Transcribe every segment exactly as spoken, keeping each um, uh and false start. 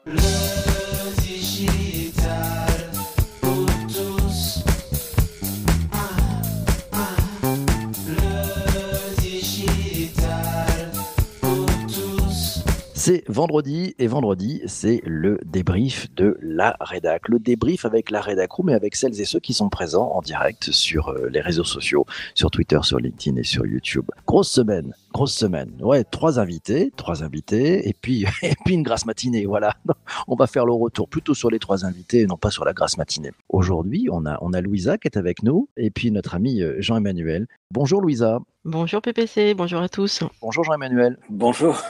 Le digital pour tous. Ah, ah. Le digital pour tous. C'est vendredi et vendredi, c'est le débrief de la rédac. Le débrief avec la rédac room et avec celles et ceux qui sont présents en direct sur euh, les réseaux sociaux, sur Twitter, sur LinkedIn et sur YouTube. Grosse semaine, grosse semaine. Ouais, trois invités, trois invités et puis, et puis une grasse matinée. Voilà, on va faire le retour plutôt sur les trois invités et non pas sur la grasse matinée. Aujourd'hui, on a, on a Louisa qui est avec nous et puis notre ami euh, Jean-Emmanuel. Bonjour Louisa. Bonjour P P C, bonjour à tous. Bonjour Jean-Emmanuel. Bonjour.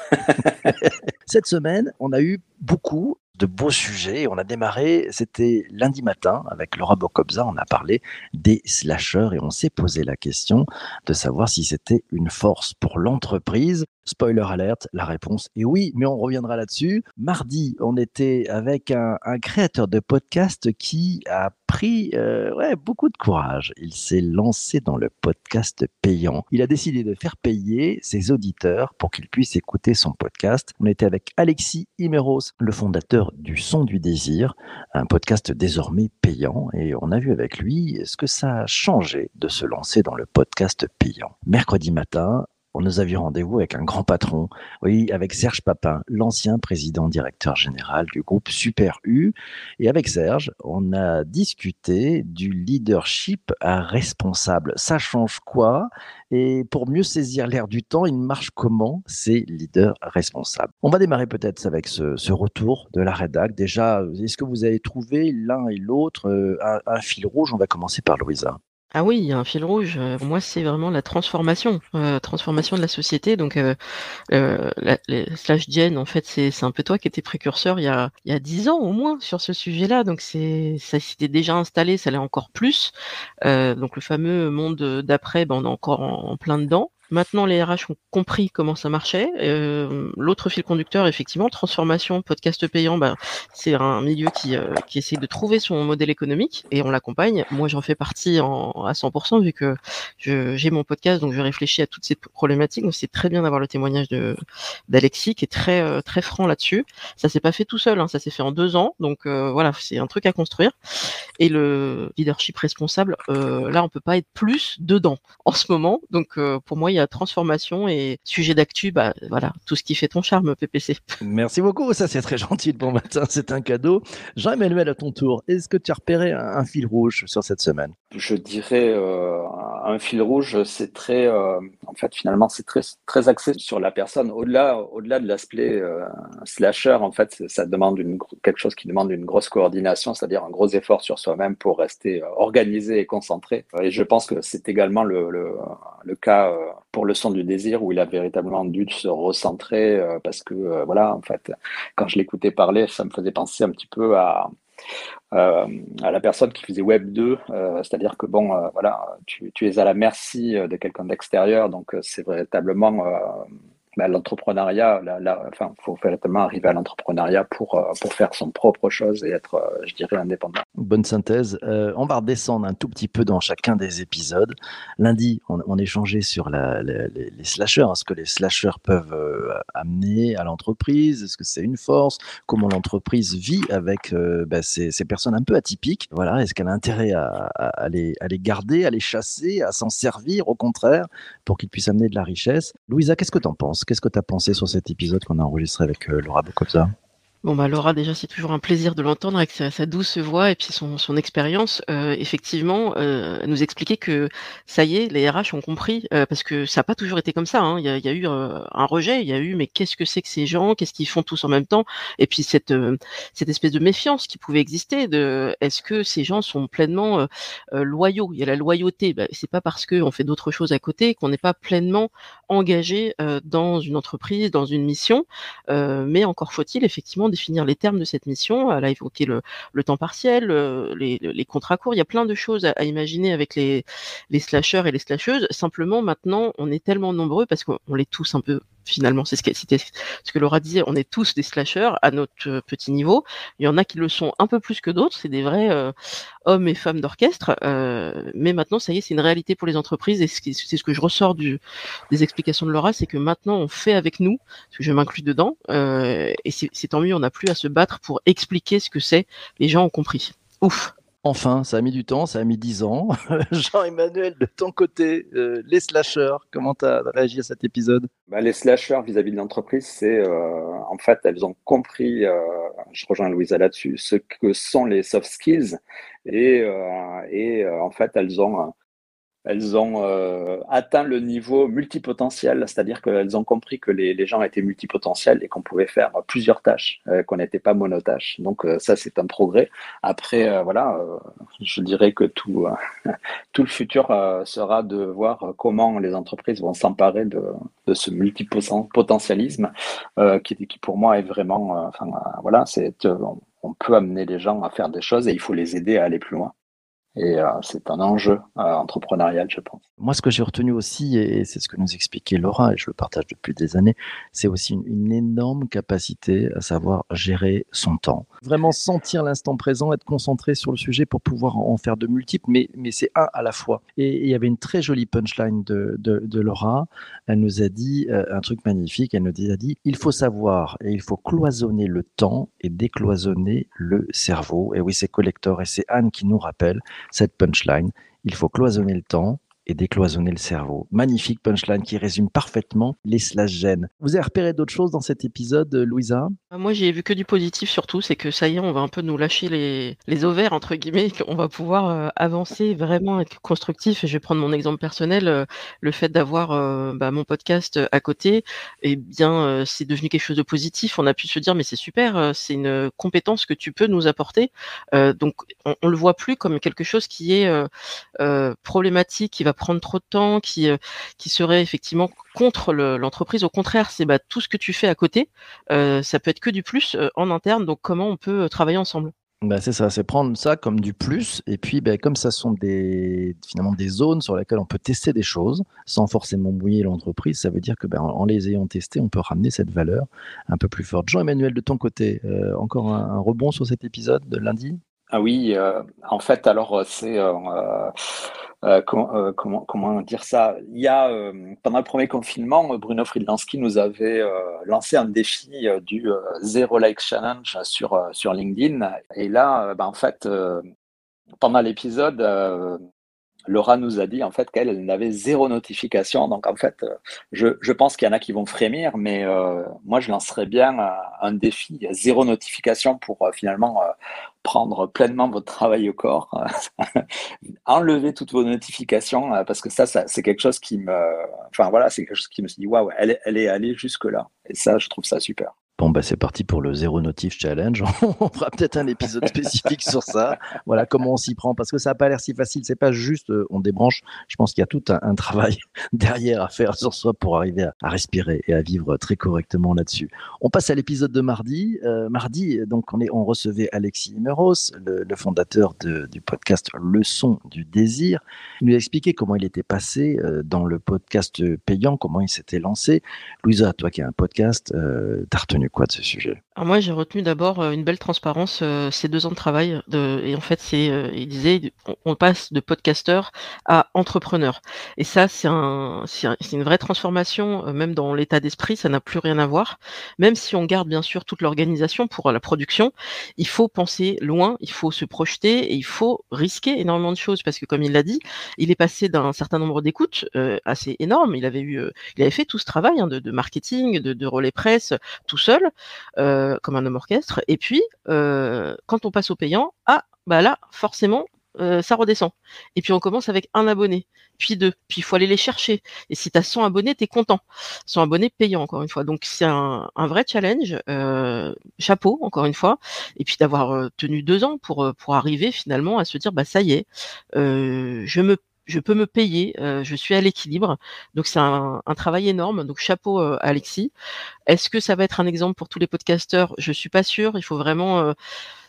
Cette semaine, on a eu beaucoup de beaux sujets. On a démarré, c'était lundi matin, avec Laura Bocobza, on a parlé des slasheurs et on s'est posé la question de savoir si c'était une force pour l'entreprise. Spoiler alert, la réponse est oui, mais on reviendra là-dessus. Mardi, on était avec un, un créateur de podcast qui a pris euh, ouais, beaucoup de courage. Il s'est lancé dans le podcast payant. Il a décidé de faire payer ses auditeurs pour qu'ils puissent écouter son podcast. On était avec Alexis Imeros, le fondateur du Son du Désir, un podcast désormais payant. Et on a vu avec lui ce que ça a changé de se lancer dans le podcast payant. Mercredi matin, on nous avions rendez-vous avec un grand patron, oui, avec Serge Papin, l'ancien président directeur général du groupe Super U. Et avec Serge, on a discuté du leadership à responsable. Ça change quoi? Et pour mieux saisir l'air du temps, il marche comment ces leaders responsables? On va démarrer peut-être avec ce, ce retour de la rédac. Déjà, est-ce que vous avez trouvé l'un et l'autre euh, un, un fil rouge? On va commencer par Louisa. Ah oui, il y a un fil rouge. Euh, Pour moi, c'est vraiment la transformation, euh, transformation de la société. Donc, euh, euh, la, les slash gen, en fait, c'est c'est un peu toi qui étais précurseur il y a il y a dix ans au moins sur ce sujet-là. Donc, c'est ça s'était déjà installé, ça l'est encore plus. Euh, donc, le fameux monde d'après, ben, on est encore en, en plein dedans. Maintenant, les R H ont compris comment ça marchait. Euh, L'autre fil conducteur, effectivement, transformation, podcast payant, ben, c'est un milieu qui, euh, qui essaie de trouver son modèle économique et on l'accompagne. Moi, j'en fais partie en, à cent pour cent vu que je- j'ai mon podcast, donc je réfléchis à toutes ces problématiques. Donc, c'est très bien d'avoir le témoignage de d'Alexis qui est très euh, très franc là-dessus. Ça s'est pas fait tout seul, hein, ça s'est fait en deux ans. Donc euh, voilà, c'est un truc à construire. Et le leadership responsable, euh, là, on peut pas être plus dedans en ce moment. Donc euh, pour moi, il y a transformation et sujet d'actu, bah voilà, tout ce qui fait ton charme, P P C. Merci beaucoup, ça c'est très gentil le bon matin, c'est un cadeau. Jean-Emmanuel, à ton tour, est-ce que tu as repéré un, un fil rouge sur cette semaine? Je dirais euh, un fil rouge, c'est très, euh, en fait, finalement, c'est très, très axé sur la personne. Au-delà, au-delà de l'aspect euh, slasher, en fait, c'est- ça demande une, gro- quelque chose qui demande une grosse coordination, c'est-à-dire un gros effort sur soi-même pour rester euh, organisé et concentré. Et je pense que c'est également le, le, le cas euh, pour le Son du Désir où il a véritablement dû se recentrer euh, parce que, euh, voilà, en fait, quand je l'écoutais parler, ça me faisait penser un petit peu à euh, à la personne qui faisait Web deux, euh, c'est-à-dire que bon, euh, voilà, tu, tu es à la merci euh, de quelqu'un d'extérieur, donc euh, c'est véritablement euh, bah, l'entrepreneuriat, la, la, enfin, il faut véritablement arriver à l'entrepreneuriat pour, euh, pour faire son propre chose et être, euh, je dirais, indépendant. Bonne synthèse. Euh, on va redescendre un tout petit peu dans chacun des épisodes. Lundi, on, on échangeait sur la, la- les, les slashers, hein, ce que les slashers peuvent euh, amener à l'entreprise, est-ce que c'est une force, comment l'entreprise vit avec euh, bah, ces, ces personnes un peu atypiques. Voilà, est-ce qu'elle a intérêt à, à- à les, à les garder, à les chasser, à s'en servir, au contraire, pour qu'ils puissent amener de la richesse? Louisa, qu'est-ce que tu en penses? Qu'est-ce que tu as pensé sur cet épisode qu'on a enregistré avec euh, Laura Bocobza? Bon bah Laura, déjà c'est toujours un plaisir de l'entendre avec sa, sa douce voix et puis son, son expérience. Euh, effectivement, euh, elle nous expliquait que ça y est, les R H ont compris euh, parce que ça n'a pas toujours été comme ça. hein. Il y a, il y a eu euh, un rejet, il y a eu mais qu'est-ce que c'est que ces gens, qu'est-ce qu'ils font tous en même temps? Et puis cette euh, cette espèce de méfiance qui pouvait exister de est-ce que ces gens sont pleinement euh, euh, loyaux? Il y a la loyauté. Bah, c'est pas parce qu'on fait d'autres choses à côté qu'on n'est pas pleinement engagé euh, dans une entreprise, dans une mission. Euh, mais encore faut-il effectivement définir les termes de cette mission. Elle a évoqué le, le temps partiel, euh, les, les contrats courts. Il y a plein de choses à, à imaginer avec les, les slasheurs et les slasheuses. Simplement, maintenant, on est tellement nombreux parce qu'on on l'est tous un peu finalement. C'est ce que, c'était ce que Laura disait, on est tous des slashers à notre euh, petit niveau. Il y en a qui le sont un peu plus que d'autres, c'est des vrais euh, hommes et femmes d'orchestre, euh, mais maintenant, ça y est, c'est une réalité pour les entreprises, et ce qui- c'est ce que je ressors du, des explications de Laura, c'est que maintenant, on fait avec nous, parce que je m'inclus dedans, euh, et c'est c'est tant mieux, on n'a plus à se battre pour expliquer ce que c'est, les gens ont compris. Ouf. Enfin, ça a mis du temps, ça a mis dix ans. Jean-Emmanuel, de ton côté, euh, les slashers, comment tu as réagi à cet épisode? Bah, les slashers vis-à-vis de l'entreprise, c'est euh, en fait, elles ont compris, euh, je rejoins Louisa là-dessus, ce que sont les soft skills et, euh, et euh, en fait, elles ont, euh, elles ont euh, atteint le niveau multipotentiel, c'est-à-dire qu'elles ont compris que les, les gens étaient multipotentiels et qu'on pouvait faire plusieurs tâches, euh, qu'on n'était pas monotâche. Donc euh, ça, c'est un progrès. Après, euh, voilà, euh, je dirais que tout, euh, tout le futur euh, sera de voir comment les entreprises vont s'emparer de, de ce multipotentialisme euh, qui, qui, pour moi, est vraiment, euh, enfin, euh, voilà, c'est, euh, on peut amener les gens à faire des choses et il faut les aider à aller plus loin. Et euh, c'est un enjeu euh, entrepreneurial, je pense. Moi, ce que j'ai retenu aussi, et c'est ce que nous expliquait Laura, et je le partage depuis des années, c'est aussi une, une énorme capacité à savoir gérer son temps. Vraiment sentir l'instant présent, être concentré sur le sujet pour pouvoir en faire de multiples, mais, mais c'est un à la fois. Et il y avait une très jolie punchline de, de, de Laura. Elle nous a dit euh, un truc magnifique. Elle nous a dit, il faut savoir et il faut cloisonner le temps et décloisonner le cerveau. Et oui, c'est Collector et c'est Anne qui nous rappelle cette punchline. Il faut cloisonner le temps et décloisonner le cerveau. Magnifique punchline qui résume parfaitement les slash gènes. Vous avez repéré d'autres choses dans cet épisode, Louisa? Moi, j'ai vu que du positif surtout, c'est que ça y est, on va un peu nous lâcher les, les ovaires, entre guillemets, qu'on va pouvoir euh, avancer, vraiment être constructif. Et je vais prendre mon exemple personnel, euh, le fait d'avoir euh, bah, mon podcast à côté, eh bien, euh, c'est devenu quelque chose de positif. On a pu se dire, mais c'est super, euh, c'est une compétence que tu peux nous apporter. Euh, donc, on, on le voit plus comme quelque chose qui est euh, euh, problématique, qui va prendre trop de temps, qui, euh, qui serait effectivement contre le- l'entreprise. Au contraire, c'est bah, tout ce que tu fais à côté, euh, ça peut être que du plus euh, en interne. Donc, comment on peut euh, travailler ensemble? Bah, c'est ça, c'est prendre ça comme du plus, et puis bah, comme ça sont des, finalement des zones sur lesquelles on peut tester des choses sans forcément mouiller l'entreprise, ça veut dire que bah, en, en les ayant testés, on peut ramener cette valeur un peu plus forte. Jean-Emmanuel, de ton côté, euh, encore un, un rebond sur cet épisode de lundi? Ah oui, euh, en fait, alors c'est euh, euh, comment, euh, comment comment dire ça? Il y a euh, pendant le premier confinement, Bruno Friedlansky nous avait euh, lancé un défi euh, du euh, Zero Like Challenge sur euh, sur LinkedIn. Et là, euh, bah, en fait, euh, pendant l'épisode, euh, Laura nous a dit en fait qu'elle elle n'avait zéro notification. Donc en fait, euh, je, je pense qu'il y en a qui vont frémir, mais euh, moi je lancerais bien euh, un défi zéro notification pour euh, finalement euh, prendre pleinement votre travail au corps, enlever toutes vos notifications euh, parce que ça, ça c'est quelque chose qui me, enfin voilà, c'est quelque chose qui me dit waouh, elle, est- elle est allée jusque là. Et ça, je trouve ça super. Bon, bah, c'est parti pour le Zéro Notif Challenge. On fera peut-être un épisode spécifique sur ça. Voilà comment on s'y prend, parce que ça n'a pas l'air si facile. C'est pas juste euh, on débranche. Je pense qu'il y a tout un, un travail derrière à faire sur soi pour arriver à, à respirer et à vivre très correctement là-dessus. On passe à l'épisode de mardi. Euh, mardi, donc on, est, on recevait Alexis Imeros, le, le fondateur de- du podcast Le Son du Désir. Il nous a expliqué comment il était passé euh, dans le podcast payant, comment il s'était lancé. Louisa, toi qui as un podcast, euh, t'as retenu quoi de ce sujet? Alors moi, j'ai retenu d'abord euh, une belle transparence, euh, ces deux ans de travail. De, et en fait, c'est, euh, il disait, on, on passe de podcasteur à entrepreneur. Et ça, c'est un, c'est un- c'est une vraie transformation, euh, même dans l'état d'esprit, ça n'a plus rien à voir. Même si on garde bien sûr toute l'organisation pour euh, la production, il faut penser loin, il faut se projeter et il faut risquer énormément de choses parce que, comme il l'a dit, il est passé d'un certain nombre d'écoutes euh, assez énorme. Il avait eu, euh, il avait fait tout ce travail hein, de, de marketing, de, de relais presse, tout seul, euh, comme un homme orchestre. Et puis, euh, quand on passe au payant, ah, bah là, forcément, euh, ça redescend. Et puis on commence avec un abonné, puis deux, puis il faut aller les chercher. Et si tu as cent abonnés, tu es content. cent abonnés payants, encore une fois. Donc c'est un, un vrai challenge. Euh, chapeau, encore une fois. Et puis d'avoir euh, tenu deux ans pour, euh, pour arriver finalement à se dire, bah ça y est, euh, je me je peux me payer, euh, je suis à l'équilibre. Donc c'est un, un travail énorme. Donc chapeau euh, Alexis. Est-ce que ça va être un exemple pour tous les podcasteurs? Je suis pas sûre. Il faut vraiment euh,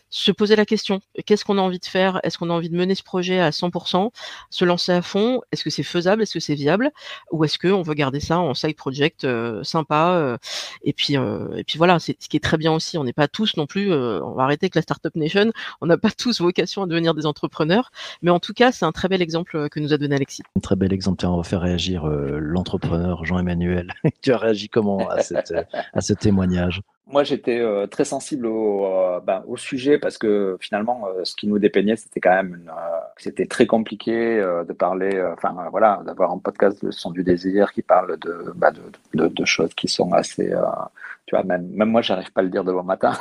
se poser la question. Qu'est-ce qu'on a envie de faire? Est-ce qu'on a envie de mener ce projet à cent pour cent, se lancer à fond? Est-ce que c'est faisable? Est-ce que c'est viable? Ou est-ce qu'on veut garder ça en side project euh, sympa euh, et puis euh, et puis voilà, c'est ce qui est très bien aussi. On n'est pas tous non plus. Euh, on va arrêter avec la Startup Nation. On n'a pas tous vocation à devenir des entrepreneurs, mais en tout cas, c'est un très bel exemple que nous a donné Alexis. Un très bel exemple. Tiens, on va faire réagir euh, l'entrepreneur Jean-Emmanuel. Tu as réagi comment à, cette, à ce témoignage? Moi, j'étais euh, très sensible au, euh, ben, au sujet parce que finalement, euh, ce qui nous dépeignait, c'était quand même, une, euh, c'était très compliqué euh, de parler, enfin euh, voilà, d'avoir un podcast de Son du désir qui parle de, bah, de, de, de choses qui sont assez, euh, tu vois, même, même moi, j'arrive pas à le dire demain matin.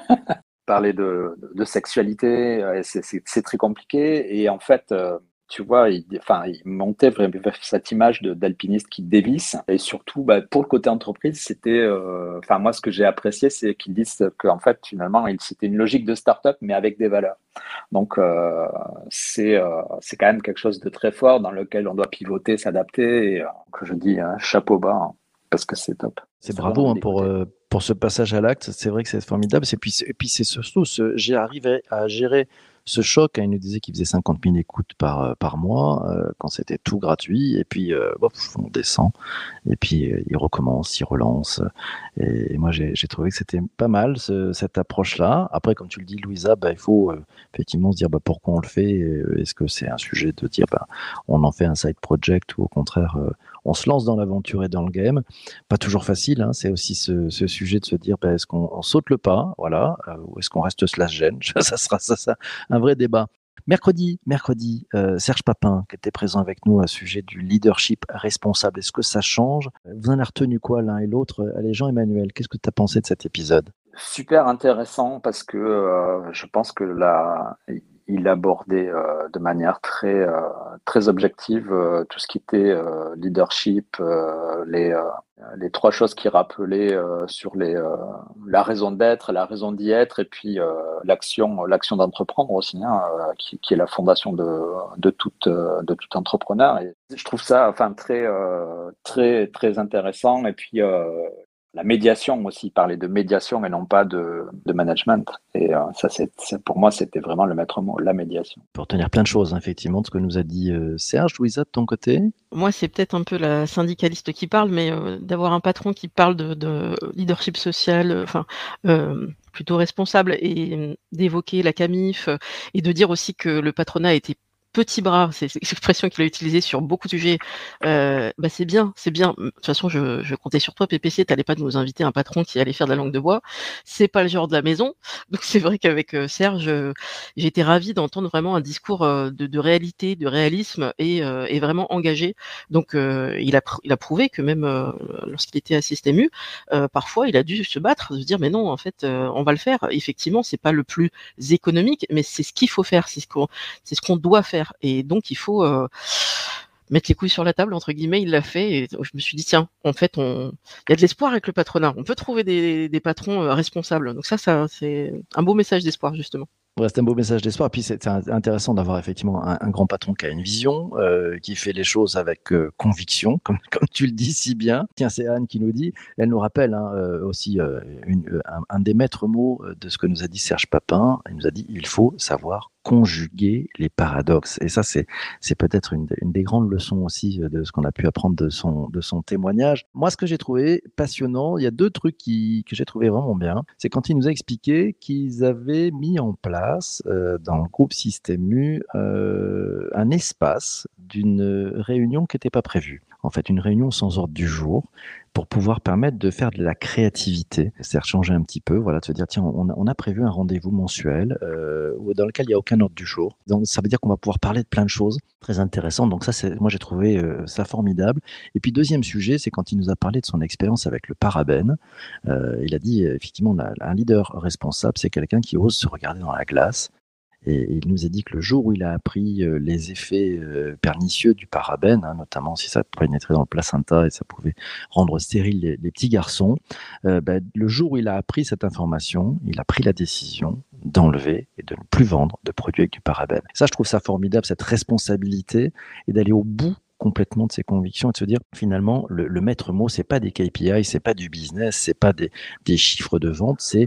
Parler de, de, de sexualité, euh, c'est, c'est, c'est très compliqué et en fait. Euh, Tu vois, il, enfin, il montait vraiment cette image de, d'alpiniste qui dévisse. Et surtout, bah, pour le côté entreprise, c'était, euh, enfin, moi, ce que j'ai apprécié, c'est qu'ils disent qu'en fait, finalement, il, c'était une logique de start-up, mais avec des valeurs. Donc, euh, c'est, euh, c'est quand même quelque chose de très fort dans lequel on doit pivoter, s'adapter. Et euh, que je dis, hein, chapeau bas, hein, parce que c'est top. C'est Ça bravo donne hein, envie pour, d'écouter. euh, pour ce passage à l'acte. C'est vrai que c'est formidable. Et puis, c'est- et puis c'est surtout, ce, j'ai arrivé à gérer ce choc. Hein. Il nous disait qu'il faisait cinquante mille écoutes par, euh, par mois euh, quand c'était tout gratuit. Et puis, euh, hop, on descend. Et puis, euh, il recommence, il relance. Et, et moi, j'ai, j'ai trouvé que c'était pas mal, ce- cette approche-là. Après, comme tu le dis, Louisa, bah, il faut euh, effectivement se dire bah, pourquoi on le fait. Euh, Est-ce que c'est un sujet de dire bah, on en fait un side project ou au contraire, euh, on se lance dans l'aventure et dans le game? Pas toujours facile, hein, c'est aussi ce, ce sujet de se dire bah, est-ce qu'on on saute le pas, voilà, euh, ou est-ce qu'on reste slash gêne? Ça sera ça, ça, un vrai débat. Mercredi, mercredi, euh, Serge Papin, qui était présent avec nous à sujet du leadership responsable, est-ce que ça change? Vous en avez retenu quoi l'un et l'autre? Allez, Jean-Emmanuel, qu'est-ce que tu as pensé de cet épisode? Super intéressant parce que euh, je pense que là, il abordait euh, de manière très, euh, très objective euh, tout ce qui était euh, leadership, euh, les, euh, les trois choses qu'il rappelait euh, sur les, euh, la raison d'être, la raison d'y être et puis euh, l'action, l'action d'entreprendre aussi, hein, euh, qui, qui est la fondation de, de, tout, euh, de tout entrepreneur. Et je trouve ça enfin, très, euh, très, très intéressant et puis euh, la médiation aussi, parler de médiation et non pas de, de management. Et euh, ça, c'est, c'est, pour moi, c'était vraiment le maître mot, la médiation. Pour retenir plein de choses, hein, effectivement, de ce que nous a dit euh, Serge. Louisa, de ton côté? Moi, c'est peut-être un peu la syndicaliste qui parle, mais euh, d'avoir un patron qui parle de, de leadership social, euh, enfin euh, plutôt responsable, et euh, d'évoquer la CAMIF euh, et de dire aussi que le patronat a été petit bras, c'est c'est l'expression qu'il a utilisée sur beaucoup de sujets. Euh, bah c'est bien, c'est bien. De toute façon, je, je comptais sur toi, P P C. T'allais pas nous inviter un patron qui allait faire de la langue de bois. C'est pas le genre de la maison. Donc c'est vrai qu'avec euh, Serge, euh, j'ai été ravie d'entendre vraiment un discours euh, de, de réalité, de réalisme et, euh, et vraiment engagé. Donc euh, il a pr- il a prouvé que même euh, lorsqu'il était à Système U, euh, parfois il a dû se battre, se dire mais non, en fait, euh, on va le faire. Effectivement, c'est pas le plus économique, mais c'est ce qu'il faut faire, c'est ce qu'on c'est ce qu'on doit faire. Et donc il faut euh, mettre les couilles sur la table entre guillemets. Il l'a fait et je me suis dit tiens, en fait, on il y a de l'espoir avec le patronat. On peut trouver des, des patrons euh, responsables. Donc ça, ça c'est un beau message d'espoir justement. Ouais, c'est un beau message d'espoir. Et puis c'est c'est un- intéressant d'avoir effectivement un, un grand patron qui a une vision, euh, qui fait les choses avec euh, conviction, comme, comme tu le dis si bien. Tiens, c'est Anne qui nous dit, elle nous rappelle hein, euh, aussi euh, une- euh, un, un des maîtres mots euh, de ce que nous a dit Serge Papin. Elle nous a dit, il faut savoir conjuguer les paradoxes. Et ça, c'est c'est peut-être une, des- une des grandes leçons aussi euh, de ce qu'on a pu apprendre de son, de son témoignage. Moi, ce que j'ai trouvé passionnant, il y a deux trucs qui, que j'ai trouvé vraiment bien. C'est quand il nous a expliqué qu'ils avaient mis en place euh, dans le groupe Système U euh, un espace d'une réunion qui n'était pas prévue. En fait, une réunion sans ordre du jour pour pouvoir permettre de faire de la créativité, c'est-à-dire changer un petit peu, voilà, de se dire tiens, on a, on a prévu un rendez-vous mensuel euh, dans lequel il n'y a aucun ordre du jour. Donc ça veut dire qu'on va pouvoir parler de plein de choses très intéressantes. Donc ça, c'est, moi j'ai trouvé euh, ça formidable. Et puis deuxième sujet, c'est quand il nous a parlé de son expérience avec le parabène. Euh, il a dit euh, effectivement, la- un leader responsable, c'est quelqu'un qui ose se regarder dans la glace. Et il nous a dit que le jour où il a appris euh, les effets euh, pernicieux du parabène, hein, notamment si ça pénétrait dans le placenta et ça pouvait rendre stériles les, les petits garçons, euh, ben, le jour où il a appris cette information, il a pris la décision d'enlever et de ne plus vendre de produits avec du parabène. Ça, je trouve ça formidable, cette responsabilité, et d'aller au bout complètement de ses convictions et de se dire finalement le, le maître mot, c'est pas des K P I, c'est pas du business, c'est pas des, des chiffres de vente, c'est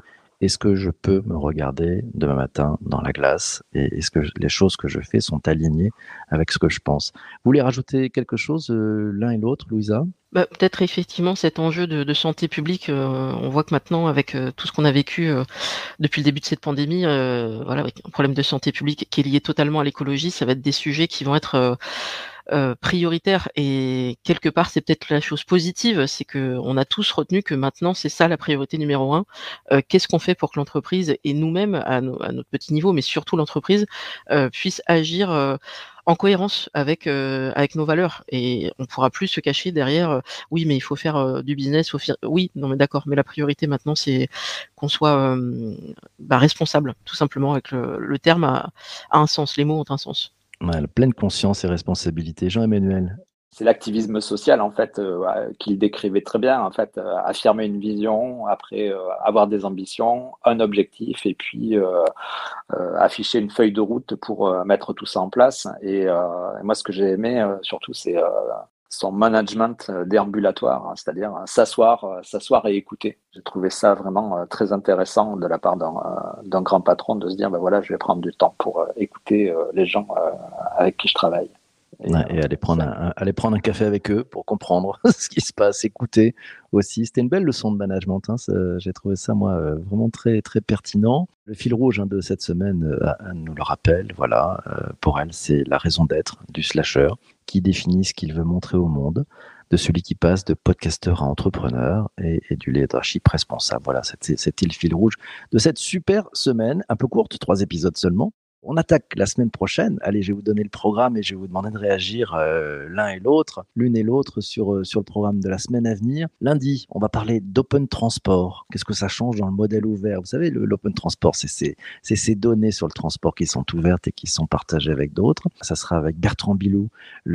est-ce que je peux me regarder demain matin dans la glace et est-ce que je- les choses que je fais sont alignées avec ce que je pense? Vous voulez rajouter quelque chose euh, l'un et l'autre, Louisa? Bah, peut-être effectivement cet enjeu de, de santé publique, euh, on voit que maintenant avec euh, tout ce qu'on a vécu euh, depuis le début de cette pandémie, euh, voilà, avec un problème de santé publique qui est lié totalement à l'écologie, ça va être des sujets qui vont être euh, euh, prioritaires et quelque part c'est peut-être la chose positive, c'est que on a tous retenu que maintenant c'est ça la priorité numéro un. Euh, qu'est-ce qu'on fait pour que l'entreprise et nous-mêmes à, nos- à notre petit niveau, mais surtout l'entreprise euh, puisse agir euh, en cohérence avec euh, avec nos valeurs et on pourra plus se cacher derrière euh, oui mais il faut faire euh, du business, faut faire oui non mais d'accord mais la priorité maintenant c'est qu'on soit euh, bah, responsable tout simplement avec le, le terme a, a un sens, les mots ont un sens. Ouais, la pleine conscience et responsabilité. Jean-Emmanuel. C'est l'activisme social en fait euh, ouais, qu'il décrivait très bien en fait euh, affirmer une vision après euh, avoir des ambitions un objectif et puis euh, euh, afficher une feuille de route pour euh, mettre tout ça en place et, euh, et moi ce que j'ai aimé euh, surtout c'est euh, son management euh, déambulatoire, hein, c'est-à-dire euh, s'asseoir euh, s'asseoir et écouter. J'ai trouvé ça vraiment euh, très intéressant de la part d'un euh, d'un grand patron de se dire ben voilà je vais prendre du temps pour euh, écouter euh, les gens euh, avec qui je travaille. Et, Ouais, et euh, aller prendre, ça- un, aller prendre un café avec eux pour comprendre ce qui se passe, écouter aussi. C'était une belle leçon de management. Hein, ça- j'ai trouvé ça, moi, euh, vraiment très, très pertinent. Le fil rouge hein, de cette semaine, euh, Anne nous le rappelle. Voilà, euh, pour elle, c'est la raison d'être du slasher qui définit ce qu'il veut montrer au monde, de celui qui passe de podcasteur à entrepreneur et, et du leadership responsable. Voilà, c'était, c'était le fil rouge de cette super semaine, un peu courte, trois épisodes seulement. On attaque la semaine prochaine. Allez, je vais vous donner le programme et je vais vous demander de réagir euh, l'un et l'autre, l'une et l'autre sur, euh, sur le programme de la semaine à venir. Lundi, on va parler d'open transport. Qu'est-ce que ça change dans le modèle ouvert? Vous savez, le- l'open transport, c'est ces, c'est ces données sur le transport qui sont ouvertes et qui sont partagées avec d'autres. Ça sera avec Bertrand Bilou,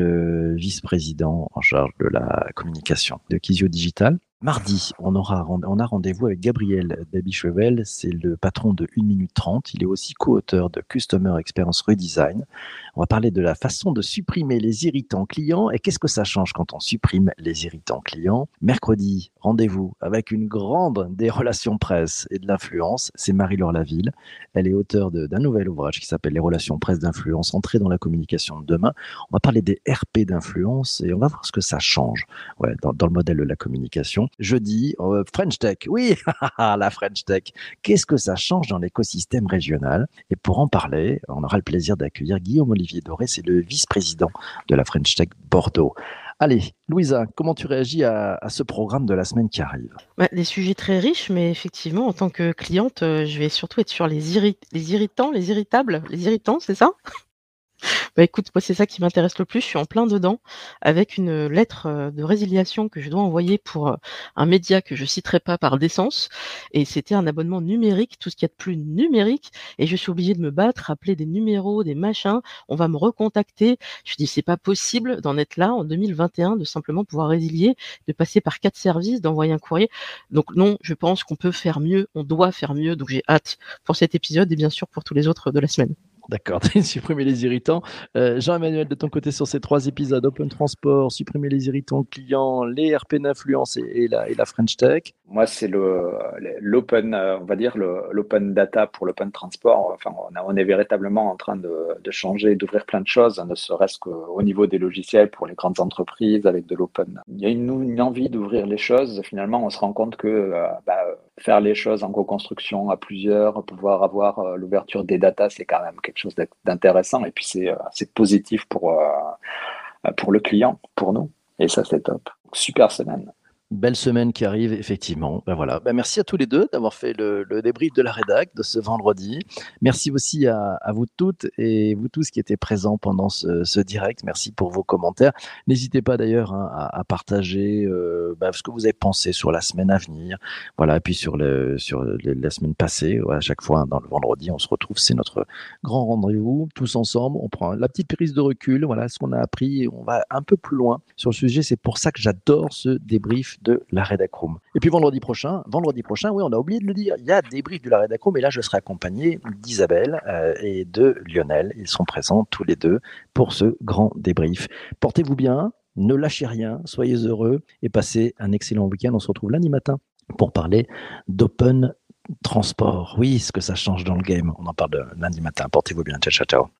le vice-président en charge de la communication de Kizio Digital. Mardi, on, aura, on a rendez-vous avec Gabriel Dabichevel, c'est le patron de une minute trente. Il est aussi co-auteur de Customer Experience Redesign. On va parler de la façon de supprimer les irritants clients et qu'est-ce que ça change quand on supprime les irritants clients. Mercredi, rendez-vous avec une grande des relations presse et de l'influence, c'est Marie-Laure Laville. Elle est auteure de, d'un nouvel ouvrage qui s'appelle Les relations presse d'influence, entrée dans la communication de demain. On va parler des R P d'influence et on va voir ce que ça change ouais, dans, dans le modèle de la communication. Jeudi, euh, French Tech. Oui, la French Tech. Qu'est-ce que ça change dans l'écosystème régional? Et pour en parler, on aura le plaisir d'accueillir Guillaume Olivier Doré, c'est le vice-président de la French Tech Bordeaux. Allez, Louisa, comment tu réagis à, à ce programme de la semaine qui arrive? Bah, des sujets très riches, mais effectivement, en tant que cliente, euh, je vais surtout être sur les, irri- les irritants, les irritables, les irritants, c'est ça? Bah, écoute, moi, c'est ça qui m'intéresse le plus. Je suis en plein dedans avec une lettre euh, de résiliation que je dois envoyer pour euh, un média que je citerai pas par décence. Et c'était un abonnement numérique, tout ce qu'il y a de plus numérique. Et je suis obligée de me battre, appeler des numéros, des machins. On va me recontacter. Je dis, c'est pas possible d'en être là en deux mille vingt et un, de simplement pouvoir résilier, de passer par quatre services, d'envoyer un courrier. Donc non, je pense qu'on peut faire mieux, on doit faire mieux. Donc j'ai hâte pour cet épisode et bien sûr pour tous les autres de la semaine. D'accord, supprimer les irritants. Euh, Jean-Emmanuel, de ton côté, sur ces trois épisodes, Open Transport, supprimer les irritants clients, les R P d'influence et, et, la, et la French Tech. Moi, c'est le l'open, euh, on va dire le- l'open data pour l'open transport. Enfin, on, a- on est véritablement en train de, de changer, d'ouvrir plein de choses, ne serait-ce qu'au niveau des logiciels pour les grandes entreprises avec de l'open. Il y a une, une envie d'ouvrir les choses. Finalement, on se rend compte que euh, bah, faire les choses en co-construction à plusieurs, pouvoir avoir euh, l'ouverture des data, c'est quand même quelque chose d'intéressant. Et puis c'est euh, c'est positif pour euh, pour le client, pour nous. Et ça, c'est top. Super semaine. Belle semaine qui arrive, effectivement. Ben voilà. Ben merci à tous les deux d'avoir fait le, le débrief de la rédac de ce vendredi. Merci aussi à, à vous toutes et vous tous qui étaient présents pendant ce, ce direct. Merci pour vos commentaires. N'hésitez pas d'ailleurs hein, à, à partager euh, ben, ce que vous avez pensé sur la semaine à venir. Voilà. Et puis sur, le, sur le, la semaine passée, ouais, à chaque fois hein, dans le vendredi, on se retrouve. C'est notre grand rendez-vous. Tous ensemble, on prend la petite prise de recul. Voilà ce qu'on a appris et on va un peu plus loin sur le sujet. C'est pour ça que j'adore ce débrief de la Rédac Room. Et puis vendredi prochain, vendredi prochain, oui, on a oublié de le dire, il y a débrief de la Rédac Room et là je serai accompagné d'Isabelle euh, et de Lionel. Ils sont présents tous les deux pour ce grand débrief. Portez-vous bien, ne lâchez rien, soyez heureux et passez un excellent week-end. On se retrouve lundi matin pour parler d'Open Transport, oui, ce que ça change dans le game. On en parle de lundi matin. Portez-vous bien. Ciao, ciao, ciao.